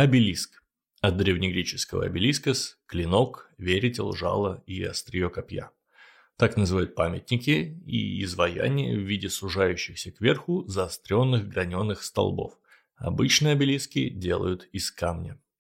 Обелиск. От древнегреческого обелискос – клинок, веретел, жало и острие копья. Так называют памятники и изваяния в виде сужающихся кверху заостренных граненых столбов. Обычные обелиски делают из камня.